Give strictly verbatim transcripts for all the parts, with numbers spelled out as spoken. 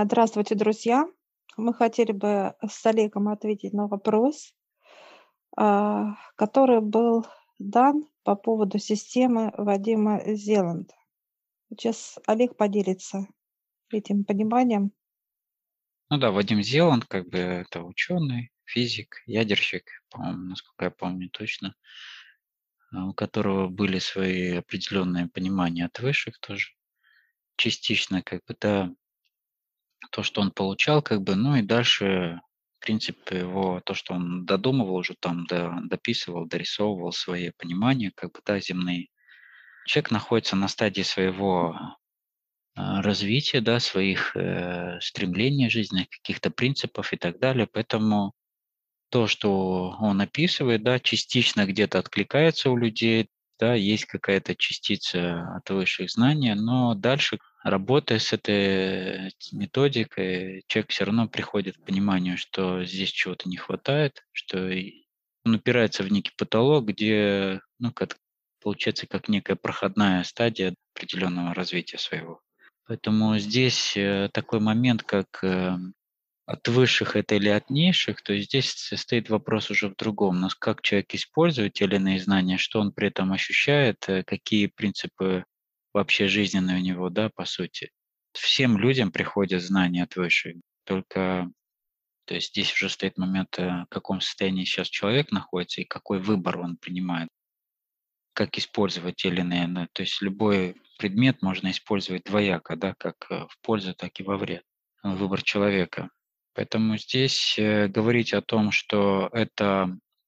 А, Здравствуйте, друзья. Мы хотели бы с Олегом ответить на вопрос, а, который был дан по поводу системы Вадима Зеланда. Сейчас Олег поделится этим пониманием. Ну да, Вадим Зеланд, как бы это ученый, физик, ядерщик, по-моему, насколько я помню точно, а, у которого были свои определенные понимания от высших тоже. Частично, как бы, да, то, что он получал, как бы, ну и дальше, в принципе, его, то, что он додумывал уже там, да, дописывал, дорисовывал свои понимания, как бы, да, земные. Человек находится на стадии своего а, развития, да, своих э, стремлений жизненных, каких-то принципов и так далее, поэтому то, что он описывает, да, частично где-то откликается у людей, да, есть какая-то частица от высших знаний, но дальше, работая с этой методикой, человек все равно приходит к пониманию, что здесь чего-то не хватает, что и он упирается в некий потолок, где, ну, как получается, как некая проходная стадия определенного развития своего. Поэтому здесь э, такой момент, как э, от высших это или от низших, то есть здесь стоит вопрос уже в другом. Нас как человек использует те или иные знания, что он при этом ощущает, э, какие принципы вообще жизненные у него, да, по сути. Всем людям приходят знания от высших, только то есть здесь уже стоит момент, э, в каком состоянии сейчас человек находится и какой выбор он принимает, как использовать те или иные. ну, То есть любой предмет можно использовать двояко, да, как э, в пользу, так и во вред. э, Выбор человека. Поэтому здесь э, говорить о том, что это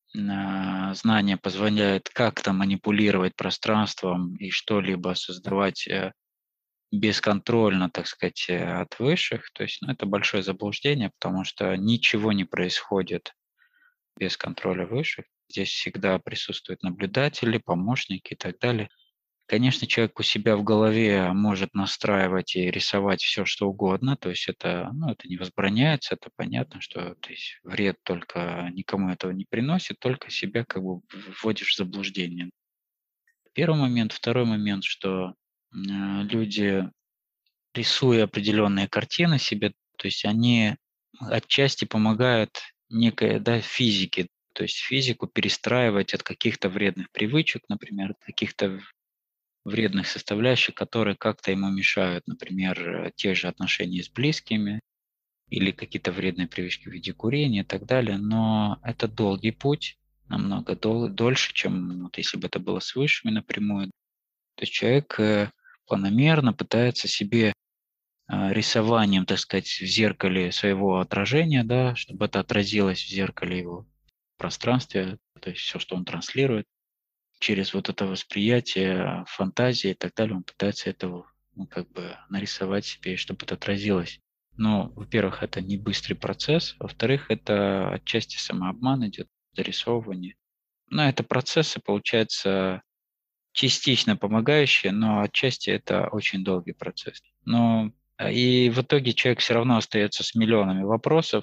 а, знание позволяет как-то манипулировать пространством и что-либо создавать э, бесконтрольно, так сказать, э, от высших, то есть ну, это большое заблуждение, потому что ничего не происходит без контроля высших. Здесь всегда присутствуют наблюдатели, помощники и так далее. Конечно, человек у себя в голове может настраивать и рисовать все, что угодно. То есть это, ну, это не возбраняется, это понятно, что то есть вред только никому этого не приносит, только себя как бы вводишь в заблуждение. Первый момент. Второй момент, что м, люди, рисуя определенные картины себе, то есть они отчасти помогают некой, да, физике, то есть физику перестраивать от каких-то вредных привычек, например, от каких-то вредных составляющих, которые как-то ему мешают, например, э, те же отношения с близкими или какие-то вредные привычки в виде курения и так далее. Но это долгий путь, намного дол- дольше, чем вот если бы это было с высшими напрямую. То есть человек э, планомерно пытается себе а, рисованием, так сказать, в зеркале своего отражения, да, чтобы это отразилось в зеркале его пространстве, то есть все, что он транслирует, через вот это восприятие, фантазии и так далее, он пытается этого, ну, как бы нарисовать себе, и чтобы это отразилось. Но, во-первых, это не быстрый процесс, во-вторых, это отчасти самообман идет, дорисовывание. Но это процессы, получается, частично помогающие, но отчасти это очень долгий процесс. Но а, и в итоге человек все равно остается с миллионами вопросов,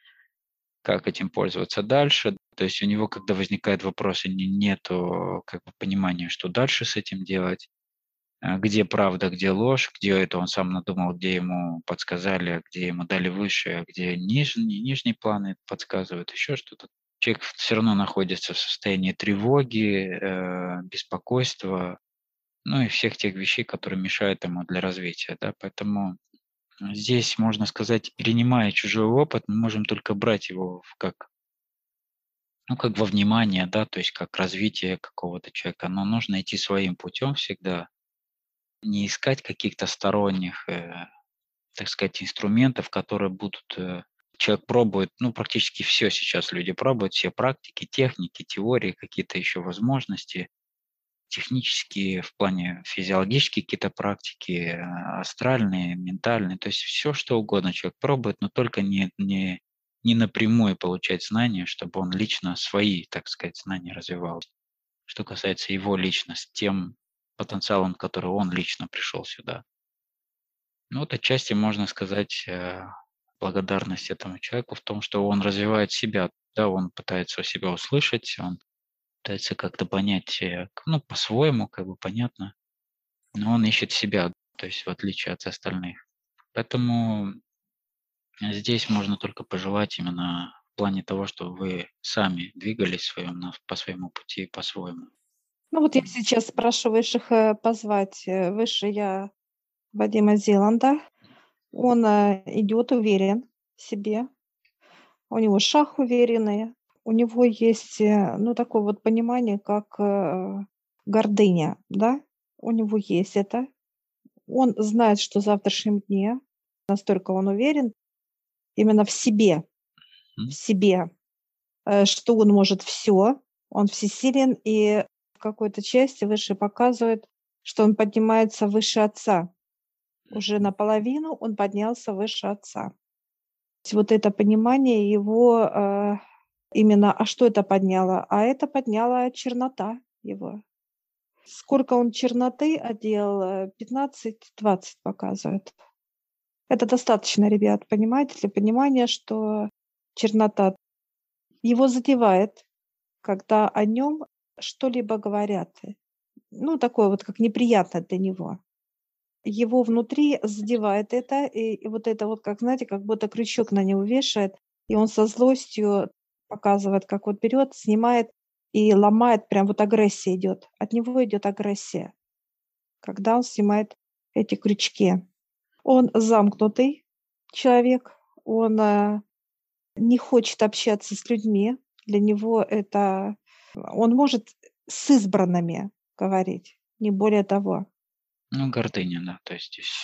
как этим пользоваться дальше. То есть у него, когда возникают вопросы, не- нету как бы понимания, что дальше с этим делать, а, где правда, где ложь, где это он сам надумал, где ему подсказали, а где ему дали выше, а где нижние, нижние планы подсказывают, еще что-то. Человек все равно находится в состоянии тревоги, э, беспокойства, ну и всех тех вещей, которые мешают ему для развития. Да? Поэтому э, здесь, можно сказать, перенимая чужой опыт, мы можем только брать его в как ну, как во внимание, да, то есть как развитие какого-то человека, но нужно идти своим путем всегда, не искать каких-то сторонних, э, так сказать, инструментов, которые будут... э, Человек пробует, ну, практически все сейчас люди пробуют, все практики, техники, теории, какие-то еще возможности, технические, в плане физиологические какие-то практики, э, астральные, ментальные, то есть все что угодно человек пробует, но только не, не, не напрямую получать знания, чтобы он лично свои, так сказать, знания развивал. Что касается его лично, с тем потенциалом, который он лично пришел сюда. Ну вот отчасти можно сказать э, благодарность этому человеку в том, что он развивает себя, да, он пытается себя услышать, он пытается как-то понять, э, к- ну, по-своему, как бы понятно, но он ищет себя, то есть в отличие от остальных. Поэтому А здесь можно только пожелать именно в плане того, чтобы вы сами двигались в своем на по своему пути, по-своему. Ну вот я сейчас прошу высших, э, позвать, э, высший я Вадима Зеланда. Он, э, идет уверен в себе, у него шаг уверенный, у него есть, э, ну, такое вот понимание, как, э, гордыня, да, у него есть это. Он знает, что в завтрашнем дне, настолько он уверен именно в себе, в М, себе, э, что он может все, он всесилен, и в какой-то части Выше показывает, что он поднимается выше Отца. Уже наполовину он поднялся выше Отца. Есть вот это понимание его, э, именно, а что это подняло? А это подняла чернота его. Сколько он черноты одел, э, пятнадцать двадцать показывает. Это достаточно, ребят, понимаете, для понимания, что чернота его задевает, когда о нем что-либо говорят. Ну, такое вот, как неприятно для него. Его внутри задевает это, и и вот это вот, как, знаете, как будто крючок на него вешает, и он со злостью показывает, как вот берет, снимает и ломает, прям вот агрессия идет. От него идет агрессия, когда он снимает эти крючки. Он замкнутый человек, он, э, не хочет общаться с людьми. Для него это он может с избранными говорить, не более того. ну, гордыня, да, то есть здесь.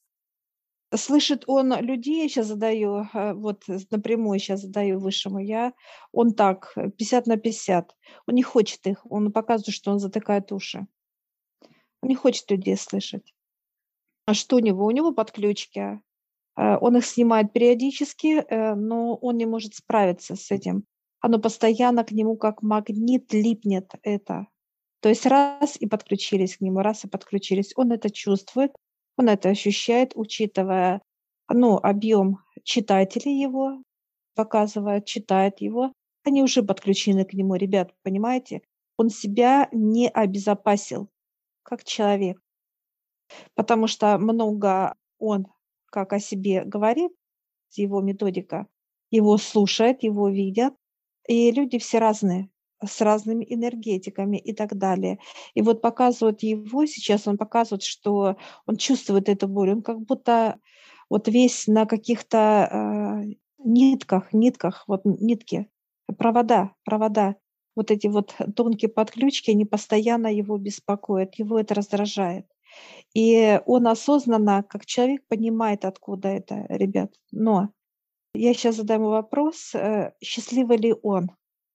Слышит он людей, я щас задаю, э, вот с напрямую сейчас задаю Высшему я, он так, э, пятьдесят на пятьдесят. Он не хочет их, он показывает, что он затыкает уши. Он не хочет людей слышать. А что у него? У него подключки. Э, он их снимает периодически, э, но он не может справиться с этим. Оно постоянно к нему как магнит липнет это. То есть раз и подключились к нему, раз и подключились. Он это чувствует, он это ощущает, учитывая, ну, объем читателей его, показывает, читает его. Они уже подключены к нему, ребят, понимаете? Он себя не обезопасил как человек, потому что много он как о себе говорит, его методика, его слушают, его видят, и люди все разные, с разными энергетиками и так далее. И вот показывают его сейчас, он показывает, что он чувствует эту боль, он как будто вот весь на каких-то, а, нитках нитках, вот нитки, провода провода. Вот эти вот тонкие подключки, они постоянно его беспокоят, его это раздражает. И он осознанно, как человек, понимает, откуда это, ребят. Но я сейчас задам ему вопрос, э, счастливый ли он?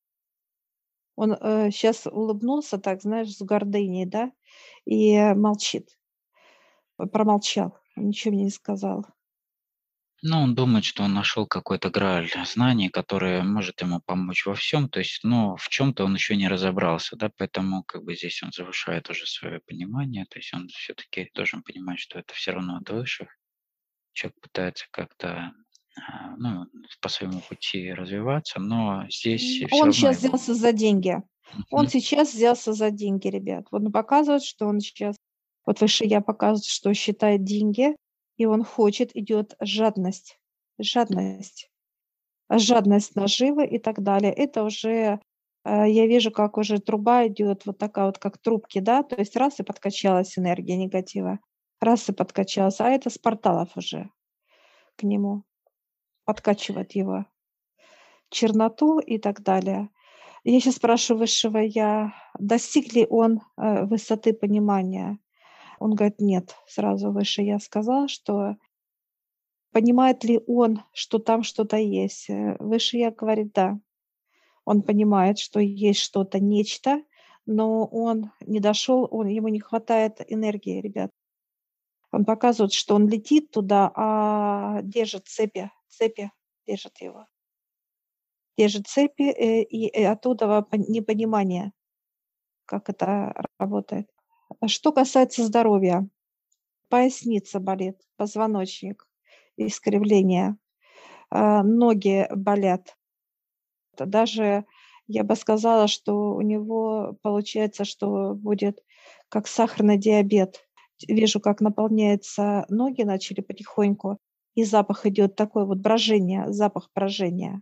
Он, сейчас улыбнулся так, знаешь, с гордыней, да, и э, молчит. П Промолчал, ничего мне не сказал. Ну, он думает, что он нашел какой-то грааль знаний, которое может ему помочь во всем. То есть, но в чем-то он еще не разобрался, да, поэтому как бы здесь он завышает уже свое понимание. То есть он все-таки должен понимать, что это все равно от высших. Человек пытается как-то, а, ну, по своему пути развиваться, но здесь М, все он равно сейчас его. взялся за деньги. Он Мгм. сейчас взялся за деньги, ребят. Вот он показывает, что он сейчас вот выше я показывает, что считает деньги, и он хочет, идет жадность. Жадность. Жадность наживы и так далее. Это уже, э, я вижу, как уже труба идет вот такая вот, как трубки, да, то есть раз и подкачалась энергия негатива, раз и подкачалась, а это с порталов уже к нему подкачивает его черноту и так далее. Я сейчас спрашиваю высшего я, достиг ли он, э, высоты понимания? Он говорит: "Нет". Сразу выше я сказал, что понимает ли он, что там что-то есть? Э, выше я говорит: "Да". Он понимает, что есть что-то, нечто, но он не дошел, он ему не хватает энергии, ребят. Он показывает, что он летит туда, а держит цепи, цепи держат его. Держит цепи, э, и, э, оттуда во пон непонимание, как это работает. А что касается здоровья, поясница болит, позвоночник, искривление, а, ноги болят. Т даже я бы сказала, что у него получается, что будет как сахарный диабет. Вижу, как наполняются ноги начали потихоньку. И запах идет такой вот брожение, запах брожения.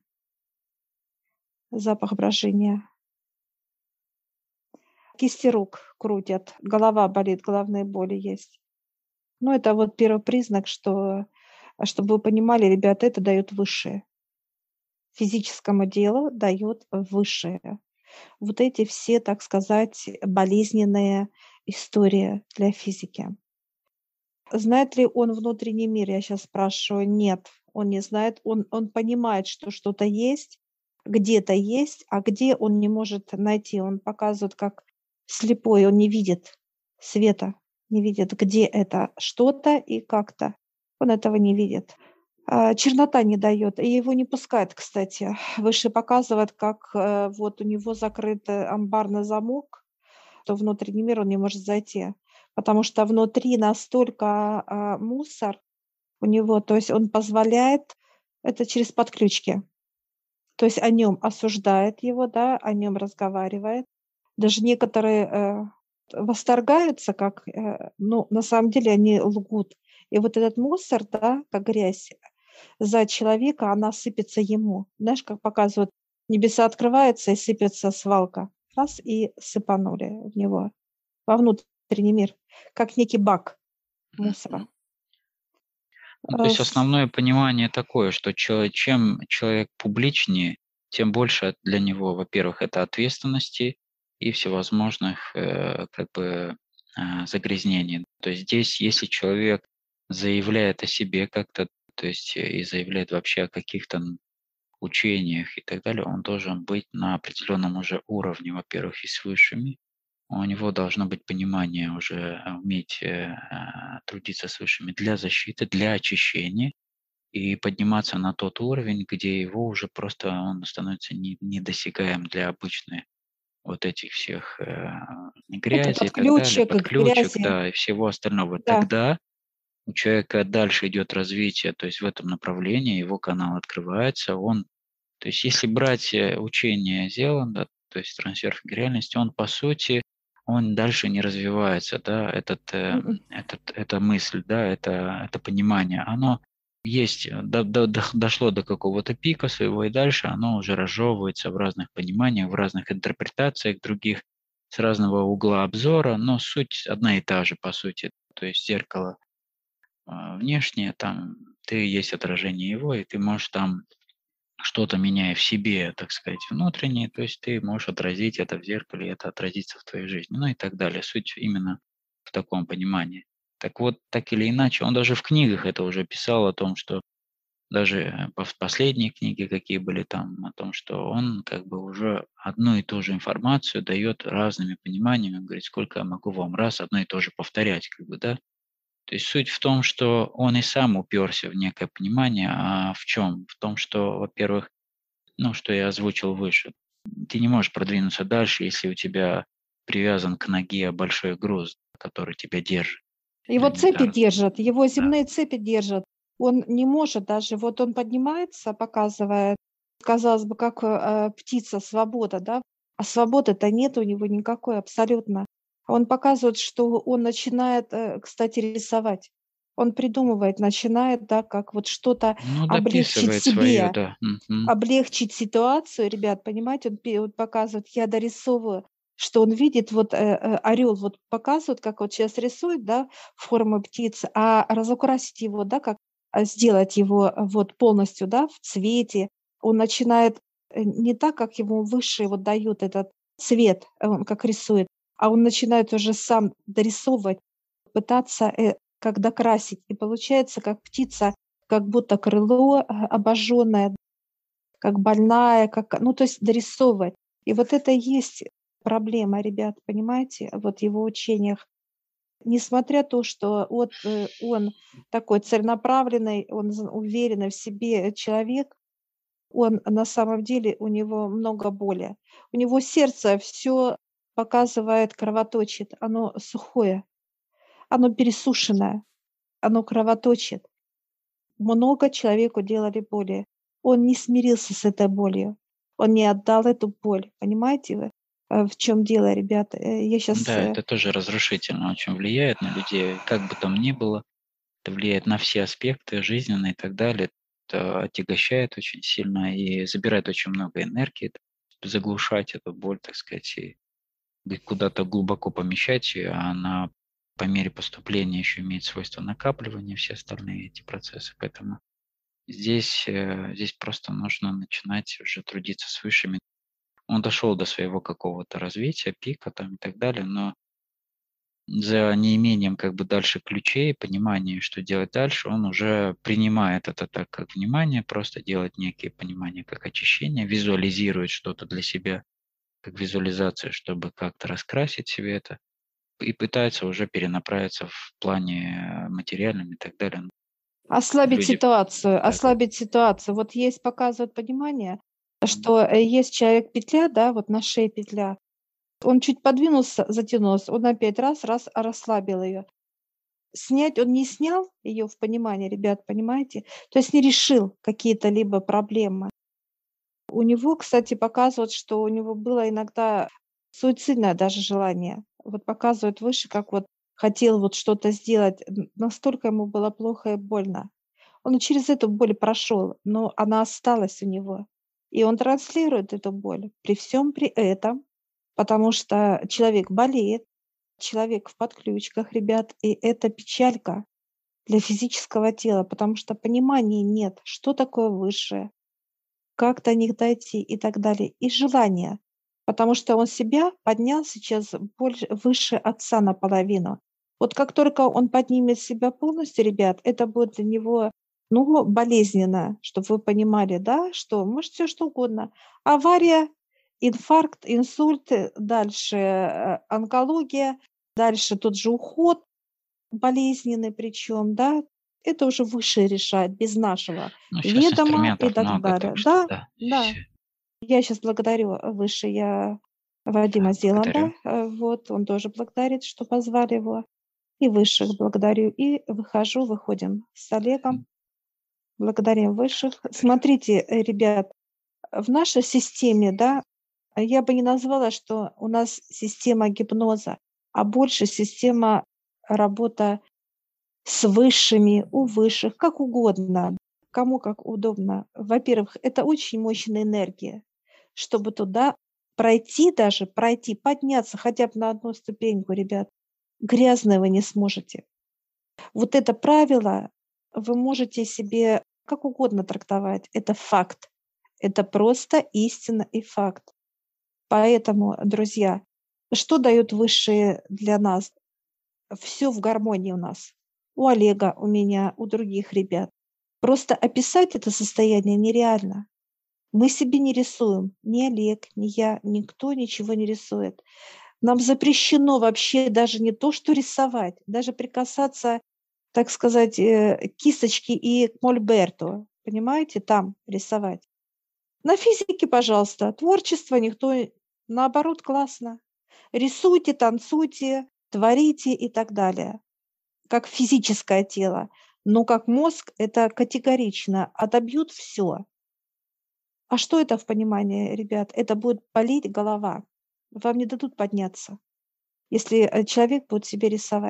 Запах брожения. Кисти рук крутят, голова болит, головные боли есть. Ну, это вот первый признак, что, а, чтобы вы понимали, ребята, это дает высшее. Физическому делу дает высшее. Вот эти все, так сказать, болезненные истории для физики. Знает ли он внутренний мир? Я сейчас спрашиваю. Нет, он не знает. Он, он понимает, что что-то есть, где-то есть, а где он не может найти. Он показывает как слепой, он не видит света, не видит, где это что-то и как-то. Он этого не видит. А, чернота не дает, и его не пускают, кстати. Выше показывает, как э, вот у него закрыт э, амбарный замок, то внутренний мир он не может зайти, потому что внутри настолько а, мусор у него, то есть он позволяет это через подключки, то есть о нем осуждает его, да, о нем разговаривает. Даже некоторые э, восторгаются, как, э, ну, на самом деле они лгут. И вот этот мусор, да, как грязь, за человека она сыпется ему. Знаешь, как показывают, небеса открываются и сыпется свалка. Раз, и сыпанули в него, во внутренний мир, как некий бак мусора. Мгм. Ну, то Э, есть с основное понимание такое, что чё чем человек публичнее, тем больше для него, во-первых, это ответственности и всевозможных, э, как бы, а, загрязнений. То есть здесь, если человек заявляет о себе как-то, то есть э, и заявляет вообще о каких-то н учениях и так далее, он должен быть на определенном уже уровне, во-первых, и с высшими. У него должно быть понимание уже, а, уметь, э, а, трудиться с высшими для защиты, для очищения и подниматься на тот уровень, где его уже просто он становится не недосягаем для обычной вот этих всех, э, это грязи и так далее, подключик к подключек, грязи. да, и всего остального. Да. Тогда у человека дальше идет развитие, то есть в этом направлении его канал открывается. Он то есть если брать, э, учение Зеланда, то есть трансерфинг реальности, он по сути, он дальше не развивается, да, этот, э, М-м. этот эта мысль, да, это это понимание, оно есть, э, до до дох дошло до какого-то пика своего, и дальше оно уже разжевывается в разных пониманиях, в разных интерпретациях других, с разного угла обзора, но суть одна и та же, по сути. То есть зеркало, а, внешнее, там ты есть отражение его, и ты можешь там что-то меняя в себе, так сказать, внутренне, то есть ты можешь отразить это в зеркале, и это отразится в твоей жизни, ну и так далее. Суть именно в таком понимании. Так вот, так или иначе, он даже в книгах это уже писал о том, что даже э, пос- последние книги, какие были там, о том, что он как бы уже одну и ту же информацию дает разными пониманиями. Он говорит, сколько я могу вам раз одно и то же повторять, как бы, да. То есть суть в том, что он и сам уперся в некое понимание, а в чем? В том, что, во-первых, ну, что я озвучил выше. Ты не можешь продвинуться дальше, если у тебя привязан к ноге большой груз, который тебя держит Его цепи элементарно. держат, его Да. земные цепи держат. Он не может даже, вот он поднимается, показывает, казалось бы, как э, птица, свобода, да, а свободы-то нет у него никакой абсолютно. Он показывает, что он начинает, э, кстати, рисовать. Он придумывает, начинает, да, как вот что-то Ну, облегчить дописывает свое, себе, да. Мгм. облегчить ситуацию, ребят, понимаете, он пе вот показывает, я дорисовываю, что он видит, вот, э, э, орел вот показывает, как вот сейчас рисует, да, форму птицы, а разукрасить его, да, как, а, сделать его, э, вот полностью, да, в цвете. Он начинает, э, не так, как ему высшие вот дают этот цвет, э, он как рисует, а он начинает уже сам дорисовывать, пытаться, э, как докрасить. И получается, как птица, как будто крыло, а, обожженное, как больная, как, ну, то есть дорисовывать. И вот это и есть проблема, ребят, понимаете, вот в его учениях. Несмотря то, что вот, э, он такой целенаправленный, он з уверенный в себе человек, он на самом деле, у него много боли. У него сердце все показывает, кровоточит, оно сухое, оно пересушенное, оно кровоточит. Много человеку делали боли. Он не смирился с этой болью. Он не отдал эту боль. Понимаете вы, э, в чем дело, ребята? Э, я сейчас. Да, это тоже разрушительно очень влияет на людей, как бы там ни было. Это влияет на все аспекты жизненные и так далее. Это отягощает очень сильно и забирает очень много энергии, заглушать эту боль, так сказать, и г- куда-то глубоко помещать ее, а она по мере поступления еще имеет свойство накапливания, все остальные эти процессы. Поэтому здесь, э, здесь просто нужно начинать уже трудиться с высшими. Он дошел до своего какого-то развития, пика там и так далее, но за неимением как бы дальше ключей, понимания, что делать дальше, он уже принимает это так, как внимание, просто делает некие понимания, как очищение, визуализирует что-то для себя, как визуализация, чтобы как-то раскрасить себе это, и пытается уже перенаправиться в плане э, материальном и так далее. Ослабить Люди, ситуацию, да, да. ослабить ситуацию. Вот есть, показывают понимание, что, э, есть человек-петля, да, вот на шее петля. Он чуть подвинулся, затянулся, он опять раз, раз, расслабил ее. Снять он не снял ее в понимании, ребят, понимаете? То есть не решил какие-то либо проблемы. У него, кстати, показывают, что у него было иногда суицидное даже желание. Вот показывают выше, как вот хотел вот что-то сделать, н настолько ему было плохо и больно. Он и через эту боль прошел, но она осталась у него. И он транслирует эту боль при всем при этом, потому что человек болеет, человек в подключках, ребят, и это печалька для физического тела, потому что понимания нет, что такое высшее, как до них дойти и так далее, и желания. Потому что он себя поднял сейчас больше, выше отца наполовину. Вот как только он поднимет себя полностью, ребят, это будет для него, ну, болезненно, чтобы вы понимали, да, что может все что угодно. Авария, инфаркт, инсульт, э, дальше э, онкология, дальше тот же уход болезненный причем, да. Это уже выше решает, без нашего Ну, сейчас ведома и инструментов так много, далее. так что Да, да, да. здесь Я сейчас благодарю, э, выше я Вадима да, благодарю. Зеланда, э, вот, он тоже благодарит, что позвали его, и высших благодарю. И выхожу, выходим с Олегом, благодарим высших. Благодарю. Смотрите, э, ребят, в нашей системе, да, э, я бы не назвала, что у нас система гипноза, а больше система работа с высшими, у высших, как угодно, кому как удобно. Во-первых, это очень мощная энергия, чтобы туда пройти даже, пройти, подняться хотя бы на одну ступеньку, ребят. Грязное вы не сможете. Вот это правило вы можете себе как угодно трактовать. Это факт. Это просто истина и факт. Поэтому, друзья, что дают высшие для нас? Все в гармонии у нас. У Олега, у меня, у других ребят. Просто описать это состояние нереально. Мы себе не рисуем. Ни Олег, ни я, никто ничего не рисует. Нам запрещено вообще даже не то, что рисовать, даже прикасаться, так сказать, э, к кисточке и к мольберту. Понимаете, там рисовать. На физике, пожалуйста, творчество никто, наоборот, классно. Рисуйте, танцуйте, творите и так далее. Как физическое тело, но как мозг- это категорично отобьют все. А что это в понимании, ребят? Это будет болеть голова. Вам не дадут подняться, если, э, человек будет себе рисовать.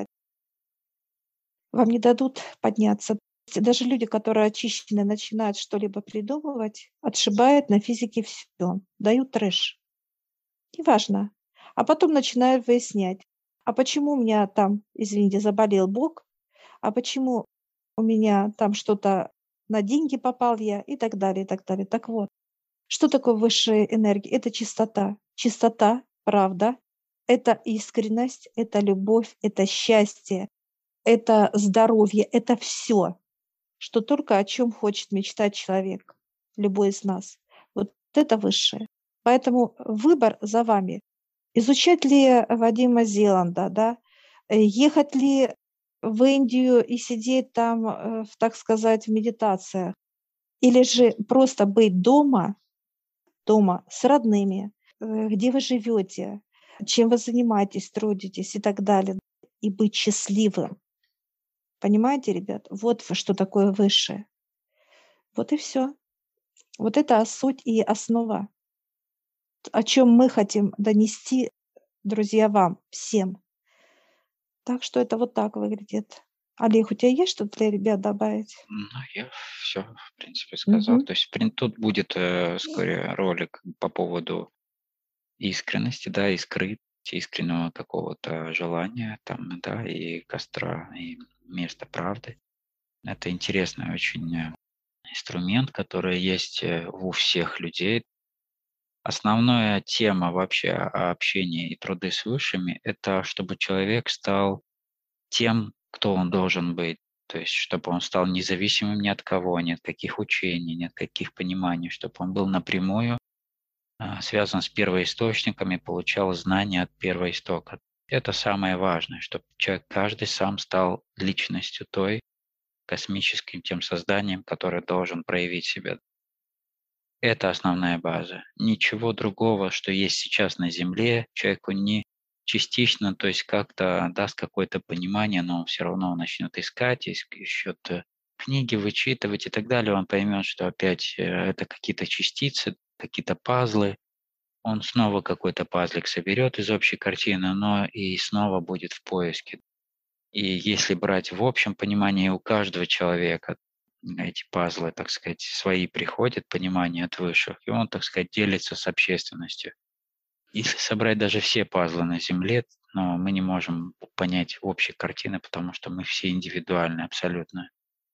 Вам не дадут подняться. То есть даже люди, которые очищены, начинают что-либо придумывать, отшибают на физике все, дают трэш. Неважно. А потом начинают выяснять: а почему у меня там, извините, заболел бок, а почему у меня там что-то на деньги попал я и так далее, и так далее. Так вот, что такое высшая энергия? Это чистота. Чистота, правда, это искренность, это любовь, это счастье, это здоровье, это все, что только о чем хочет мечтать человек, любой из нас. Вот это высшее. Поэтому выбор за вами. Изучать ли Вадима Зеланда, да, э, ехать ли в Индию и сидеть там, э, в, так сказать, в медитациях, или же просто быть дома, дома с родными, э, где вы живете, чем вы занимаетесь, трудитесь и так далее, и быть счастливым. Понимаете, ребят? Вот в что такое высшее. Вот и все. Вот это суть и основа, о чем мы хотим донести, друзья, вам всем. Так что это вот так выглядит. Олег, у тебя есть что-то для ребят добавить? Ну, я все, в принципе, сказал. Мгм. То есть прин тут будет, э, скорее ролик по поводу искренности, да, искры, искреннего какого-то желания там, да, и костра, и места правды. Это интересный очень, э, инструмент, который есть, э, у всех людей. Основная тема вообще о общении и труды с высшими — это чтобы человек стал тем, кто он должен быть. То есть чтобы он стал независимым ни от кого, ни от каких учений, ни от каких пониманий, чтобы он был напрямую а, связан с первоисточниками, получал знания от первоистока. Это самое важное, чтобы человек каждый сам стал личностью той, космическим тем созданием, которое должен проявить себя. Это основная база. Ничего другого, что есть сейчас на Земле, человеку не частично, то есть как-то даст какое-то понимание, но все равно он начнет искать, ищет э, книги, вычитывать и так далее. Он поймет, что опять э, это какие-то частицы, какие-то пазлы. Он снова какой-то пазлик соберет из общей картины, но и снова будет в поиске. И если брать в общем понимании, у каждого человека эти пазлы, так сказать, свои приходят, понимание от высших, и он, так сказать, делится с общественностью. Если собрать даже все пазлы на Земле, но мы не можем понять общей картины, потому что мы все индивидуальны абсолютно.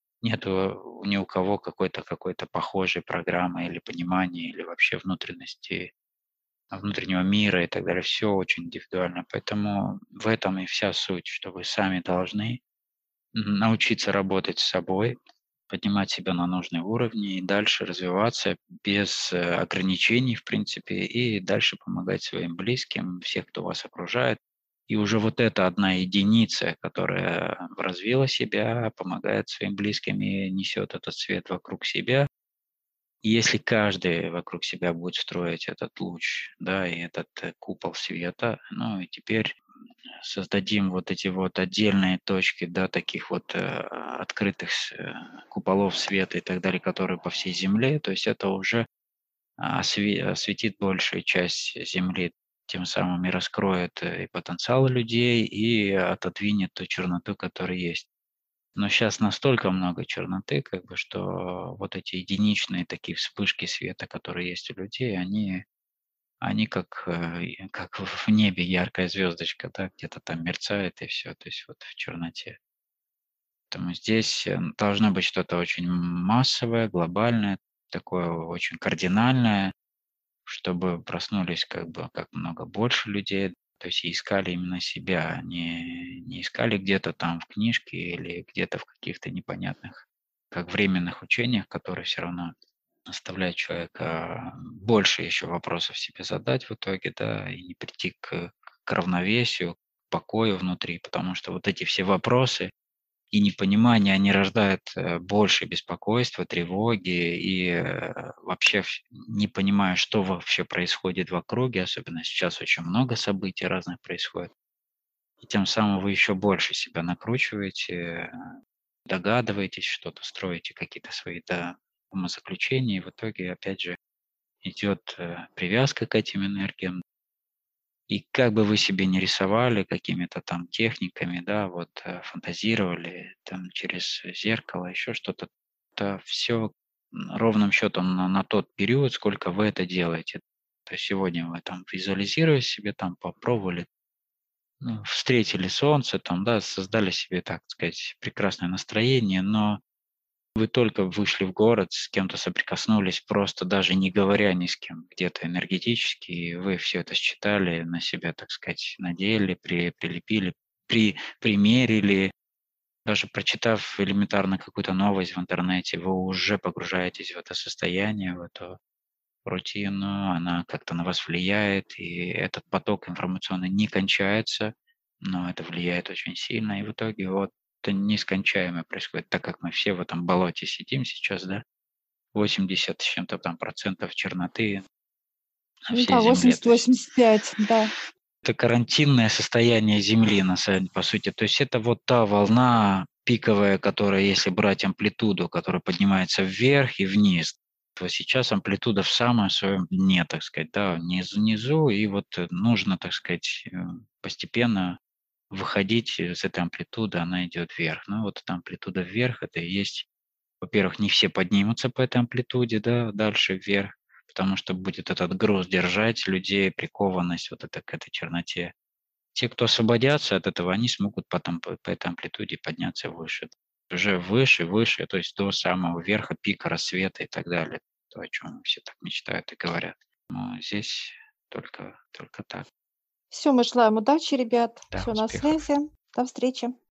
Нету ни у кого какой-то какой-то похожей программы или понимания, или вообще внутренности, внутреннего мира и так далее. Все очень индивидуально. Поэтому в этом и вся суть, что вы сами должны Мгм. Научиться работать с собой, поднимать себя на нужные уровни и дальше развиваться без э, ограничений, в принципе, и дальше помогать своим близким, всех, кто вас окружает. И уже вот эта одна единица, которая развила себя, помогает своим близким и несет этот свет вокруг себя. И если каждый вокруг себя будет строить этот луч, да, и этот э, купол света, ну и теперь создадим вот эти вот отдельные точки, да, таких вот э, открытых с- э, куполов света и так далее, которые по всей Земле, то есть это уже а, осве- осветит большую часть Земли, тем самым и раскроет э, и потенциал людей, и отодвинет ту черноту, которая есть. Но сейчас настолько много черноты, как бы, что вот эти единичные такие вспышки света, которые есть у людей, они они как, э, и как в в небе яркая звездочка, да, где-то там мерцает и все, то есть вот в черноте. Поэтому здесь, э, должно быть что-то очень массовое, глобальное, такое очень кардинальное, чтобы проснулись как бы как много больше людей, то есть и искали именно себя, не не искали где-то там в книжке или где-то в каких-то непонятных, как временных учениях, которые все равно заставляет человека больше еще вопросов себе задать в итоге, да, и не прийти к, к равновесию, к покою внутри, потому что вот эти все вопросы и непонимание, они рождают э, больше беспокойства, тревоги и э, вообще вс- не понимая, что вообще происходит в округе, особенно сейчас очень много событий разных происходит, и тем самым вы еще больше себя накручиваете, э, догадываетесь что-то, строите какие-то свои, да, умозаключения, и в итоге, опять же, идет э, привязка к этим энергиям. И как бы вы себе не рисовали какими-то там техниками, да, вот э, фантазировали там через зеркало, еще что-то, это все ровным счетом на, на тот период, сколько вы это делаете. То есть сегодня вы там визуализировали себе, там попробовали, ну, встретили солнце, там, да, создали себе, так сказать, прекрасное настроение, но вы только вышли в город, с кем-то соприкоснулись, просто даже не говоря ни с кем, где-то энергетически, и вы все это считали, на себя, так сказать, надели, при, прилепили, при, примерили. Даже прочитав элементарно какую-то новость в интернете, вы уже погружаетесь в это состояние, в эту рутину, она как-то на вас влияет, и этот поток информационный не кончается, но это влияет очень сильно, и в итоге вот это нескончаемое происходит, так как мы все в этом болоте сидим сейчас, да, восемьдесят с чем-то там процентов черноты на Ну всей да, Земле, то есть восемьдесят пять, да. это карантинное состояние Земли, на самом по сути, то есть это вот та волна пиковая, которая, если брать амплитуду, которая поднимается вверх и вниз, то сейчас амплитуда в самом своем дне, так сказать, да, внизу, внизу, и вот э, нужно, так сказать, э, постепенно выходить э, с этой амплитуды, она идет вверх. Ну вот эта амплитуда вверх, это и есть, во-первых, не все поднимутся по этой амплитуде, да, дальше вверх, потому что будет этот груз держать людей, прикованность вот это к этой черноте. Те, кто освободятся от этого, они смогут потом по, по этой амплитуде подняться выше. Уже выше, выше, то есть до самого верха, пика рассвета и так далее. То, о чем все так мечтают и говорят. Но здесь только, только так. Все, мы желаем удачи, ребят. Да, Все на успехов. связи. До встречи.